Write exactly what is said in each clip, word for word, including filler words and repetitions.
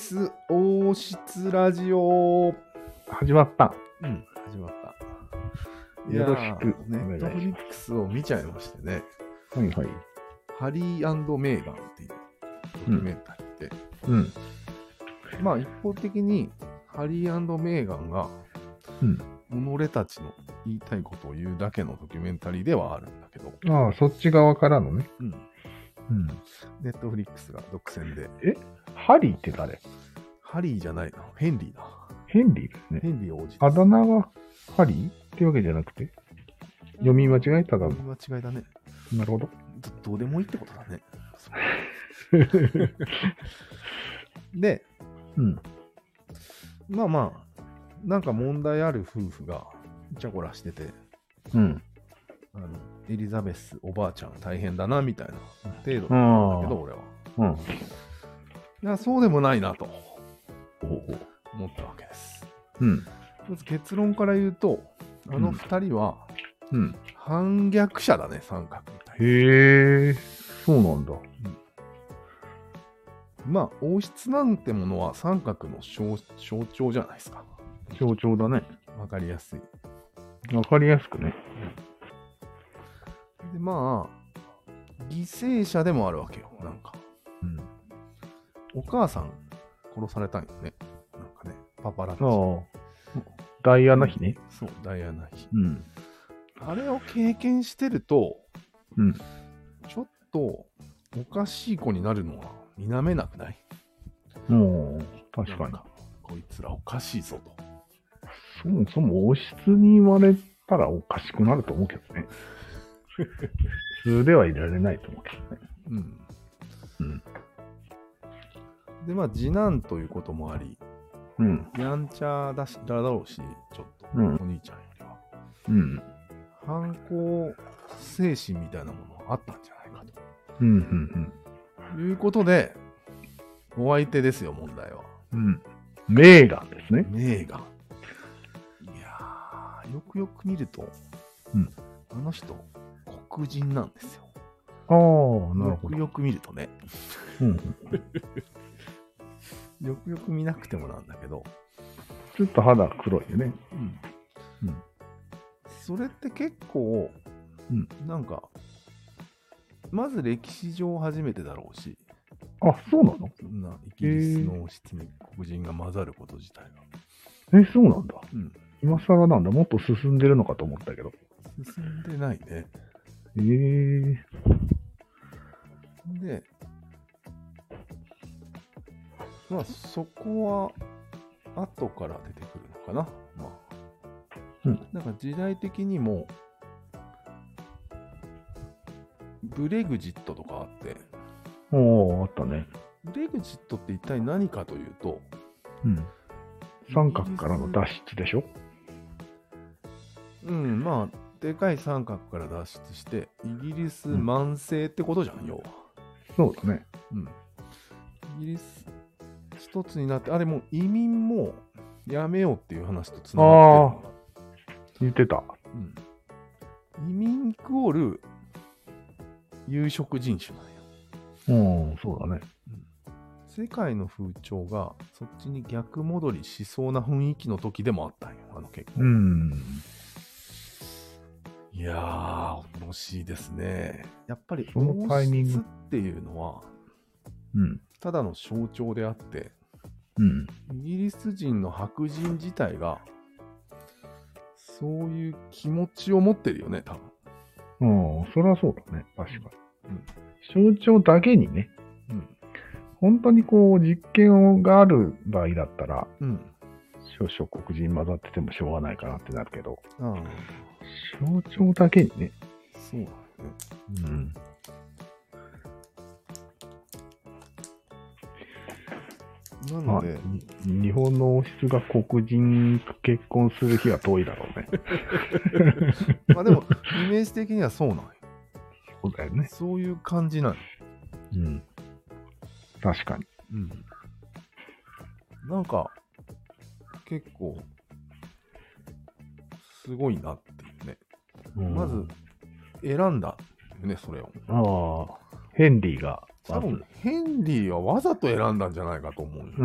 ス王室ラジオ。 始まった。 うん、始まった。 よろしくネットフリックスを見ちゃいましてね。 はいはい。 ハリー&メーガンっていうドキュメンタリーで、 うん。 まあ一方的にハリー&メーガンが、 うん。 己たちの言いたいことを言うだけのドキュメンタリーではあるんだけど、 ああ、そっち側からのね。 うん。 うん。 ネットフリックスが独占で。 えハリーって誰？ ハリーじゃないな。ヘンリーだ。 ヘンリーですね。 ヘンリー王子です。 あだ名はハリーってわけじゃなくて読み間違えただろ。 読み間違いだね。 なるほど。 ど, どうでもいいってことだね。で、 うん。 まあまあ、なんか問題ある夫婦がちゃこらしてて、 うん。 あのエリザベスおばあちゃん大変だなみたいな程度なんだけど、俺は。 うん。 いや、そうでもないなとほうほう思ったわけです。 うん。 まず結論から言うと、あの二人はうん。 反逆者だね、三角みたいな。 へえ、そうなんだ。 まあ、王室なんてものは三角の 象, 象徴じゃないですか。 象徴だね。 わかりやすい。 わかりやすくね。 で、まあ、犠牲者でもあるわけよ、なんか。 うん。 お母さん殺されたんよね。なんかね、パパラッチ。 ああ。ダイアナ妃ね。 そう、ダイアナ妃。 うん。 あれを経験してると、 うん。 ちょっとおかしい子になるのは否めなくない？ もう、確かに。 かこいつらおかしいぞと。 そもそも王室に言われたらおかしくなると思うけどね。普通ではいられないと思うけどね。 うん。 うん。 で、まあ、次男ということもあり、 うん。 やんちゃだし、だろうし、ちょっと、 うんお兄ちゃんよりは。 うん。 反抗精神みたいなものがあったんじゃないかと。 うん。うん。 いうことで、お相手ですよ、問題は。 うん。メーガンですね。 メーガン。いやー、よくよく見ると、 うん、 あの人、黒人なんですよ。 ああ、なるほど。 よくよく見るとね。 うん、 よくよく見なくてもなんだけど。 ちょっと肌黒いよね。 うん。うん、それって結構、 うん、 なんか、まず歴史上初めてだろうし。 あ、そうなの？ そんなイギリスの王室に黒人が混ざること自体が。 え、そうなんだ。 うん。 今更なんだ。もっと進んでるのかと思ったけど。 進んでないね。 えー、 で、まあそこは後から出てくるのかな。まあ、 うん、 なんか時代的にもブレグジットとかあって。 おー、あったね。 ブレグジットって一体何かというと、 うん。三角からの脱出でしょ？ うん、まあ、でかい三角から脱出して、イギリス慢性ってことじゃん、うん、要は。 そうだね。 うん。イギリス一つになって、あれも移民もやめようっていう話とつながってる。ああ、 言ってた。 うん。移民イコール有色人種なんや。うん、そうだね。 世界の風潮がそっちに逆戻りしそうな雰囲気の時でもあったんよ、あの結構。 うん。 いやー、恐ろしいですね。やっぱりそのタイミングっていうのは、 うん、 ただの象徴であって、 うん、 イギリス人の白人自体がそういう気持ちを持ってるよね、多分。うん、それはそうだね、確かに。 うん、 象徴だけにね。うん。本当にこう実験がある場合だったら、うん、少々黒人混ざっててもしょうがないかなってなるけど、ああ、象徴だけにね。 そうだよね。うん。なので、 日本の王室が黒人と結婚する日は遠いだろうね。 まあでも、イメージ的にはそうなんよ。 そうだよね。 そういう感じなの。 うん。確かに。 うん。なんか、結構、すごいなっていうね。うん、まず、選んだよね、それを。 ああ、ヘンリーが多分、ヘンリーはわざと選んだんじゃないかと思う。 うん、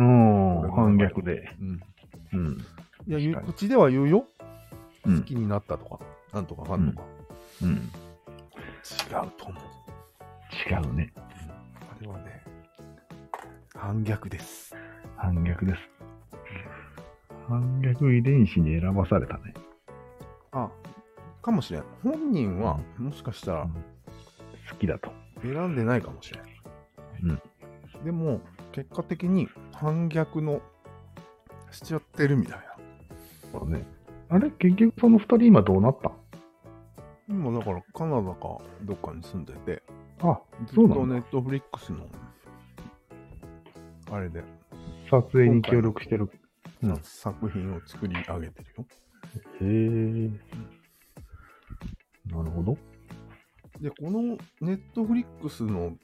反逆で。 うん。 うん。 いや、口では言うよ。好きになったとか、うん、なんとかかんとか。 うん。うん、違うと思う。 違うね。 あれはね、反逆です。 反逆です。反逆遺伝子に選ばされたね。 あ、かもしれん。本人は、もしかしたら、 好きだと。 選んでないかもしれん。 うん。 でも、結果的に反逆のしちゃってるみたいな。そうね。あれ結局その二人今どうなった？ 今だからカナダかどっかに住んでて、 あ、 ずっとネットフリックスのあれで撮影に協力してる、 うん、作品を作り上げてるよ。 へえ、うん、なるほど。 で、このネットフリックスの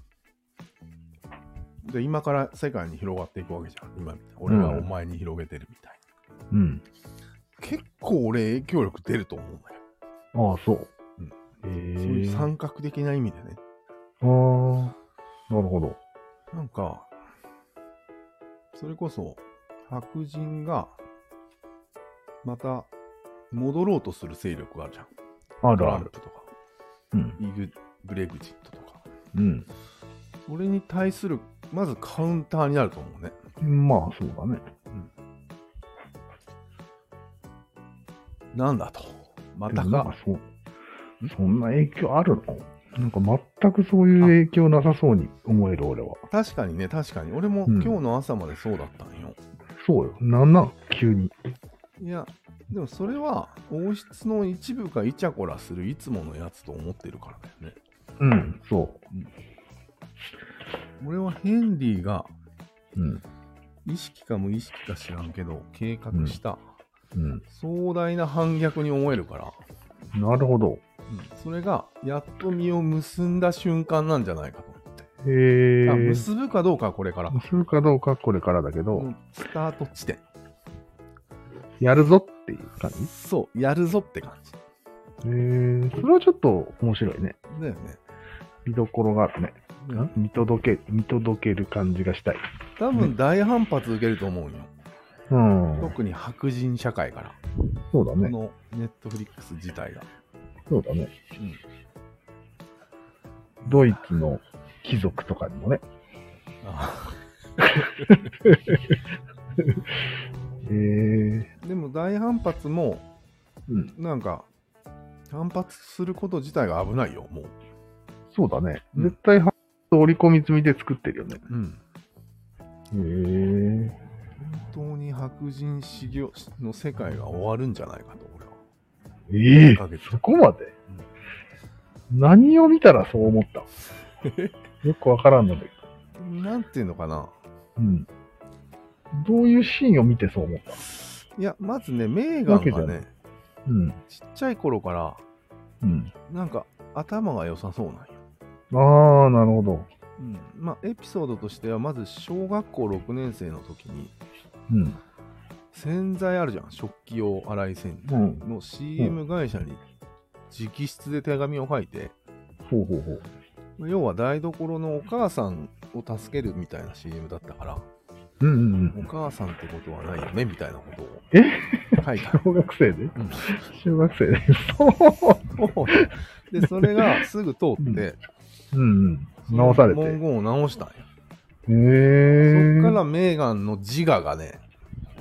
で今から世界に広がっていくわけじゃん。今みたいな俺がお前に広げてるみたいな。うん。 結構俺影響力出ると思うんだよ。ああ、そう。 うん。へえ。そういう三角的な意味でね。 ああ、なるほど。 なんか、それこそ白人がまた戻ろうとする勢力があるじゃん。 あるある。 トランプとか、 うん、 イグブレグジットとか。 うん。 それに対するまずカウンターになると思うね。 まあそうだね。 うん、なんだと。またか。 そう。そんな影響あるの？なんか全くそういう影響なさそうに思える俺は。 確かにね、確かに。俺も今日の朝までそうだったんよ。 うん、そうよ。なんなん急に。 いや、でもそれは王室の一部がイチャコラするいつものやつと思ってるからだよね。 うん、そう。うん、 俺はヘンリーが、 うん、 意識か無意識か知らんけど、計画した、 うんうん、 壮大な反逆に思えるから。 なるほど。 うん、それがやっと実を結んだ瞬間なんじゃないかと思って。 へー。 結ぶかどうかはこれから。 結ぶかどうかはこれからだけど、 スタート地点。 やるぞっていう感じ？ そう、やるぞって感じ。 へー、それはちょっと面白いね。 だよね。 見どころがあるね。うん、見届け、見届ける感じがしたい。 多分大反発受けると思うよ。 うん。 特に白人社会から。 そうだね。 このネットフリックス自体が。 そうだね。うん、ドイツの貴族とかにもね。ああえー、 でも大反発も、 うん、 なんか反発すること自体が危ないよ、もう。 そうだね。うん、絶対織り込み済みで作ってるよね。 うん。 へー。 本当に白人修行の世界が終わるんじゃないかと、俺は。 ええー、そこまで、うん、何を見たらそう思ったよくわからんので。 なんていうのかな。 うん。どういうシーンを見てそう思った？ いや、まずね、メーガンがね、 うん、 ちっちゃい頃から、 うん、 なんか頭が良さそうなんよ。 ああ、なるほど。 うん、まあ、エピソードとしては、まず小学校ろくねん生の時に、 うん、 洗剤あるじゃん、食器用洗い洗剤の シーエム 会社に直筆で手紙を書いて、 ほうほうほう要は台所のお母さんを助けるみたいな シーエム だったから、 うんうんうん、 お母さんってことはないよねみたいなことをえ書いた。 小学生で、うん、小学生でそうで、それがすぐ通って、 うんうんうん直されて。 文言を直したんや。 へー。 そっからメーガンの自我がね、 うん、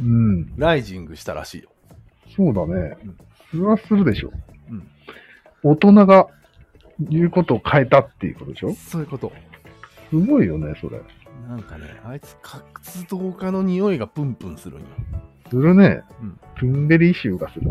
ライジングしたらしいよ。 そうだね。うん、それはするでしょ。 うん、 大人が言うことを変えたっていうことでしょ。 そういうこと。 すごいよね、それ。 なんかね、あいつ活動家の匂いがプンプンするんよ。 するね。 うん、 プンベリー臭がする。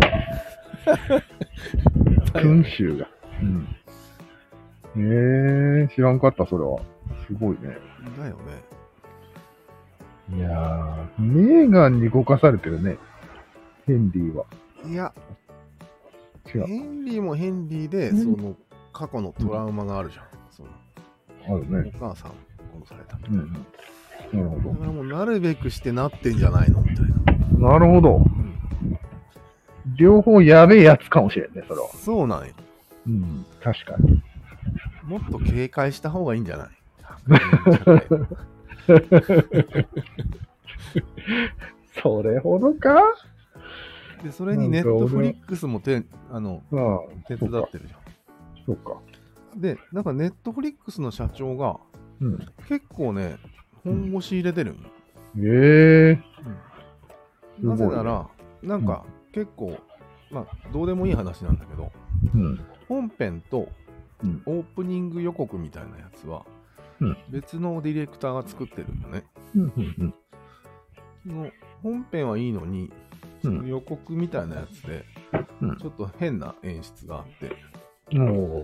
プン臭が。うんえー、知らんかった、それは。すごいね。 だよね。いやー、メーガンに動かされてるね。ヘンリーは。 いや、 違う。 ヘンリーもヘンリーで、その、過去のトラウマがあるじゃん。そのあるね。 お母さん殺されたみたいな。うん、なるほど。 だからもう、なるべくしてなってんじゃないのみたいな。なるほど。うん、両方やべえやつかもしれんね、それは。 そうなんよ。 うん、確かに。 もっと警戒した方がいいんじゃない？ それほどか。 で、それにネットフリックスもてあのああ手伝ってるじゃん。 そうか。 で、なんかネットフリックスの社長が、 うん、 結構ね、本腰入れてるんよ。 ええーうん、なぜなら、なんか結構、まあ、どうでもいい話なんだけど、 うん、本編とオープニング予告みたいなやつは、うん、別のディレクターが作ってるんだね。 うんうんうん、 その本編はいいのに、うん、予告みたいなやつで、うん、ちょっと変な演出があって、うん、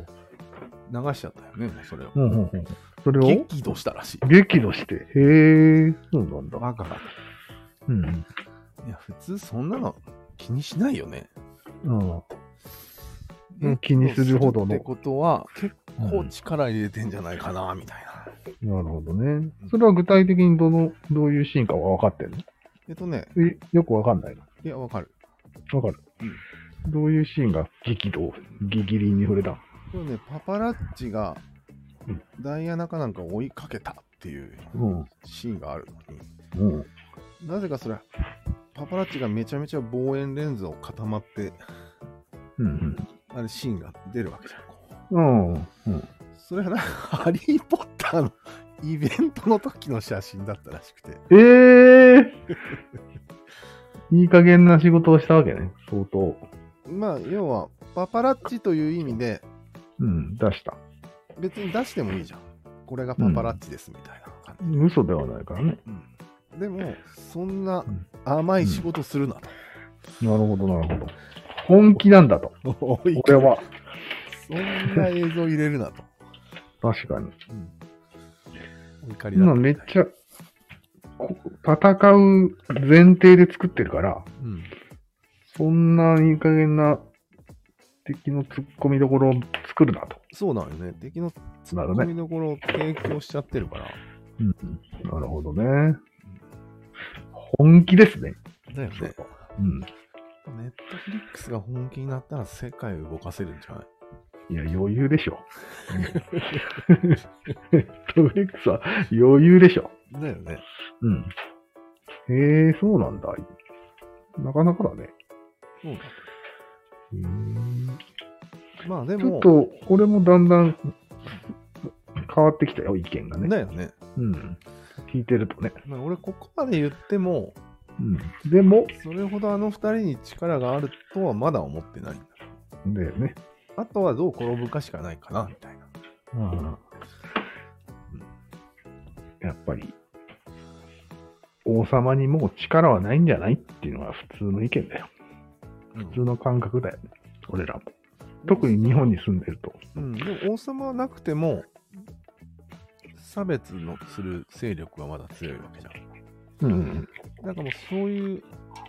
流しちゃったよね、それを。 うんうんうん、それを激怒したらしい。 激怒して。へえ、そうなんだ。 バカだ。 うん。 いや、普通そんなの気にしないよね。 うん。気にするほどの。 ってことは、結構力入れてんじゃないかな、みたいな。なるほどね。それは具体的にどの、どういうシーンかは分かってんの？ えっとね。 え、よく分かんないの？ いや、分かる。 分かる。うん。どういうシーンが激怒、ギリギリに触れた？ これね、パパラッチがダイアナかなんかを追いかけたっていうシーンがあるのに、うん、なぜかそれパパラッチがめちゃめちゃ望遠レンズを固まって、うんうん、あれシーンが出るわけじゃん。うんうん、それはなんかハリー・ポッターのイベントの時の写真だったらしくて。 えー、いい加減な仕事をしたわけね、相当。 まあ要はパパラッチという意味で、 うん、出した。 別に出してもいいじゃん。これがパパラッチですみたいな感じ、 うん。嘘ではないからね。 うん、でも、そんな甘い仕事するなと。 うんうん、なるほど、なるほど。本気なんだと。俺は。 そんな映像入れるなと。 確かに。うん、 お怒りだったみたい。 めっちゃ、戦う前提で作ってるから、うん、そんないい加減な敵の突っ込みどころを作るなと。 そうなのよね。敵の突っ込みどころを提供しちゃってるから。 うん、なるほどね。うん、本気ですね。 だよね。うん。ネットフリックスが本気になったら世界を動かせるんじゃない？ いや、余裕でしょ。ネットフリックスは余裕でしょ。 だよね。 うん。へえ、そうなんだ。なかなかだね。 そうだ。うーん。まあでも。 ちょっと、俺もだんだん変わってきたよ、意見がね。 だよね。 うん。聞いてるとね。 まあ、俺、ここまで言っても、 うん。でも、 それほどあの二人に力があるとはまだ思ってないんだ。 だよね。 あとはどう転ぶかしかないかな、みたいな。ああ、うん、 やっぱり、王様にもう力はないんじゃないっていうのが普通の意見だよ。うん、普通の感覚だよね。俺らも。特に日本に住んでると。 うん。でも王様はなくても、差別のする勢力はまだ強いわけじゃん。うん。なんかもうそういう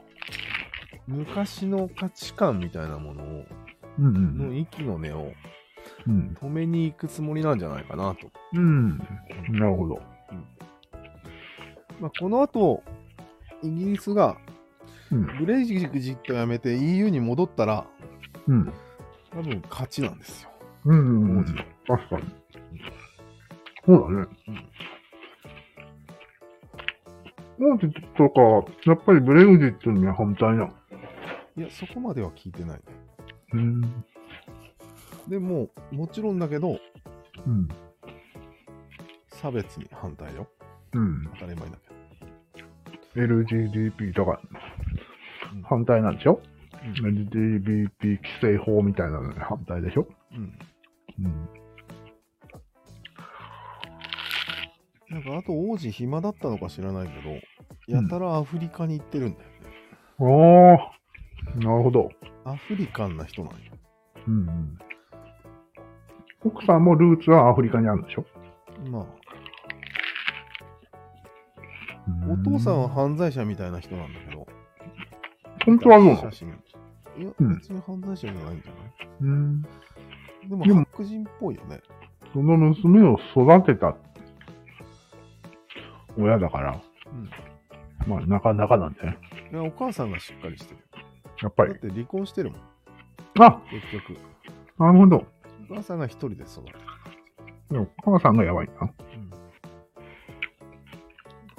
昔の価値観みたいなものを、うんうん、の息の根を止めに行くつもりなんじゃないかなと。 うん。なるほど。うん、 まあ、この後、イギリスがブレジットやめて イーユー に戻ったら、うん、多分勝ちなんですよ。 うんうんうん。確かに。そうだね。王子とか、やっぱりブレグジットには反対なの？ いや、そこまでは聞いてないね。 うん。 でも、もちろんだけど、 うん。 差別に反対よ。 うん。 当たり前だけど。エルジーディーピー とか、反対なんでしょ？うん、エルジービーティー 規制法みたいなのに反対でしょ？うん。うん。 なんかあと王子暇だったのか知らないけど、やたらアフリカに行ってるんだよね。 ああ、なるほど。 アフリカンな人なんよ。 うん、うん。奥さんもルーツはアフリカにあるんでしょ？ まあ。お父さんは犯罪者みたいな人なんだけど。 本当はどうなの？ 写真。いや、うん、別に犯罪者じゃないんじゃない？うん。でも白人っぽいよね。 その娘を育てた親だから、うん、まあなかなかなんだよね。 いや、お母さんがしっかりしてる。 やっぱり。 だって離婚してるもん。 あ、 結局。 なるほど。 お母さんが一人で育てた。 でもお母さんがやばいな。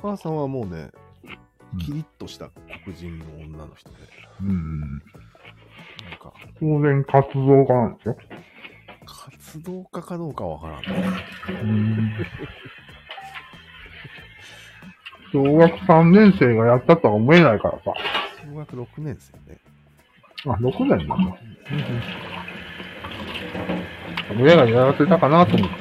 母さんはもうね、キリッとした黒人の女の人で。 うん。なんか。当然活動家なんですよ。 活動家かどうかわからんね。うん。 小学さんねん生がやったとは思えないからさ。 小学ろくねん生ね。 あ、ろくねんなんだ。うん、親がやらせたかなと思って。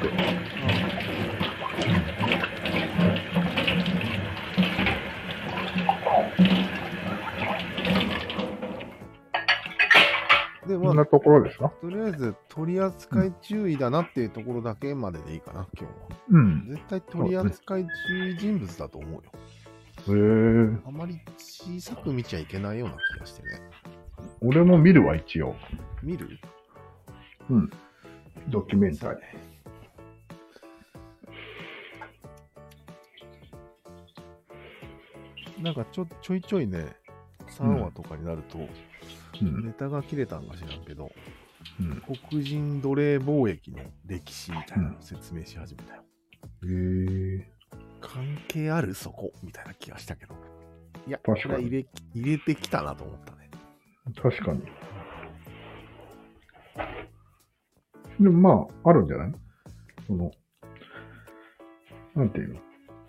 で、まあ、そんなところですか？ とりあえず、取り扱い注意だなっていうところだけまででいいかな、今日は。うん。絶対取り扱い注意人物だと思うよ。 へえ。 あまり小さく見ちゃいけないような気がしてね。 俺も見るわ、一応。 見る？ うん。ドキュメンタリー。なんかちょ、ちょいちょいね、さんわとかになると、うん、ネタが切れたんか知らんけど、うん、黒人奴隷貿易の歴史みたいなのを説明し始めたよ。 へ、うん、えー。 関係あるそこみたいな気がしたけど。いや、確かに入れ、入れてきたなと思ったね。 確かに。でもまあ、あるんじゃない？その、なんていうの？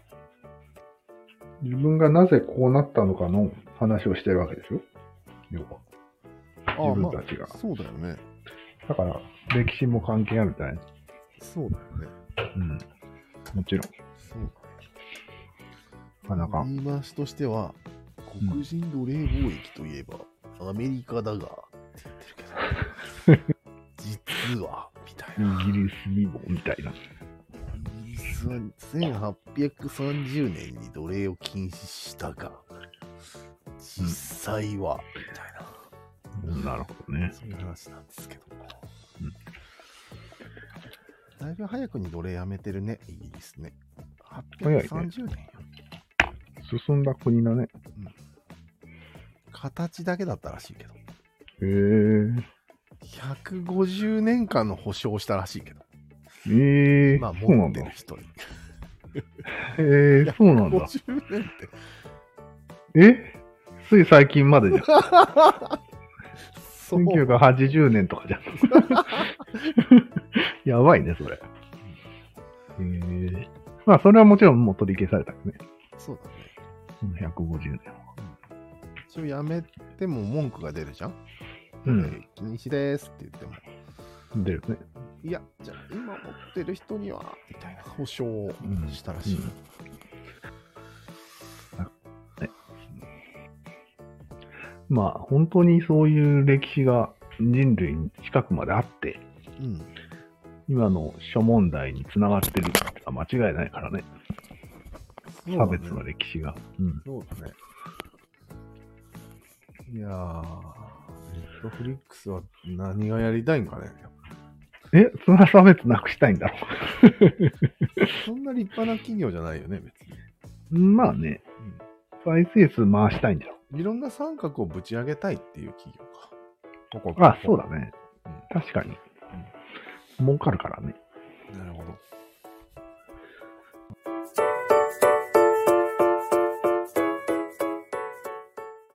自分がなぜこうなったのかの話をしてるわけでしょ？要は。自分たちが、 まあ。そうだよね。 だから、歴史も関係あるじゃない？ そうだよね。 うん。もちろん。 そうだ。なかなか。 言い回しとしては、黒人奴隷貿易といえば、うん、アメリカだが、って言ってるけど、実は、みたいな。 イギリスにも、みたいな。 イギリスはせんはっぴゃくさんじゅうねんに奴隷を禁止したが、実際は、みたいな。 うん、なるほどね。 そういう話なんですけども。うん、だいぶ早くに奴隷やめてるね、イギリスね。はっぴゃくさんじゅうねんよ。 進んだ国だね、うん。 形だけだったらしいけど。 へえ。 ひゃくごじゅうねんかんの保証したらしいけど。 ええー。 まあ持ってる人に。 へえー、そうなんだ。 ごじゅうねんって。 え？つい最近までじゃん。せんきゅうひゃくはちじゅうねんとかじゃん。やばいね、それ。へえー。まあ、それはもちろんもう取り消されたよね。 そうだね。 ひゃくごじゅうねんは。 一応やめても文句が出るじゃん。 うん。 禁止ですって言っても。 出るね。 いや、じゃあ今持ってる人には、みたいな保証をしたらしい。うんうんまあ、本当にそういう歴史が人類に近くまであって、うん、今の諸問題につながってるってのは間違いないからね。ね、差別の歴史が。 うん、そうだね。いやー、ネットフリックスは何がやりたいんかね。 え、そんな差別なくしたいんだろう。 そんな立派な企業じゃないよね、別に。 まあね、うん、再生数回したいんだろう。 いろんな三角をぶち上げたいっていう企業か。 ここあ、そうだね。うん、確かに、うん。儲かるからね。 なるほど。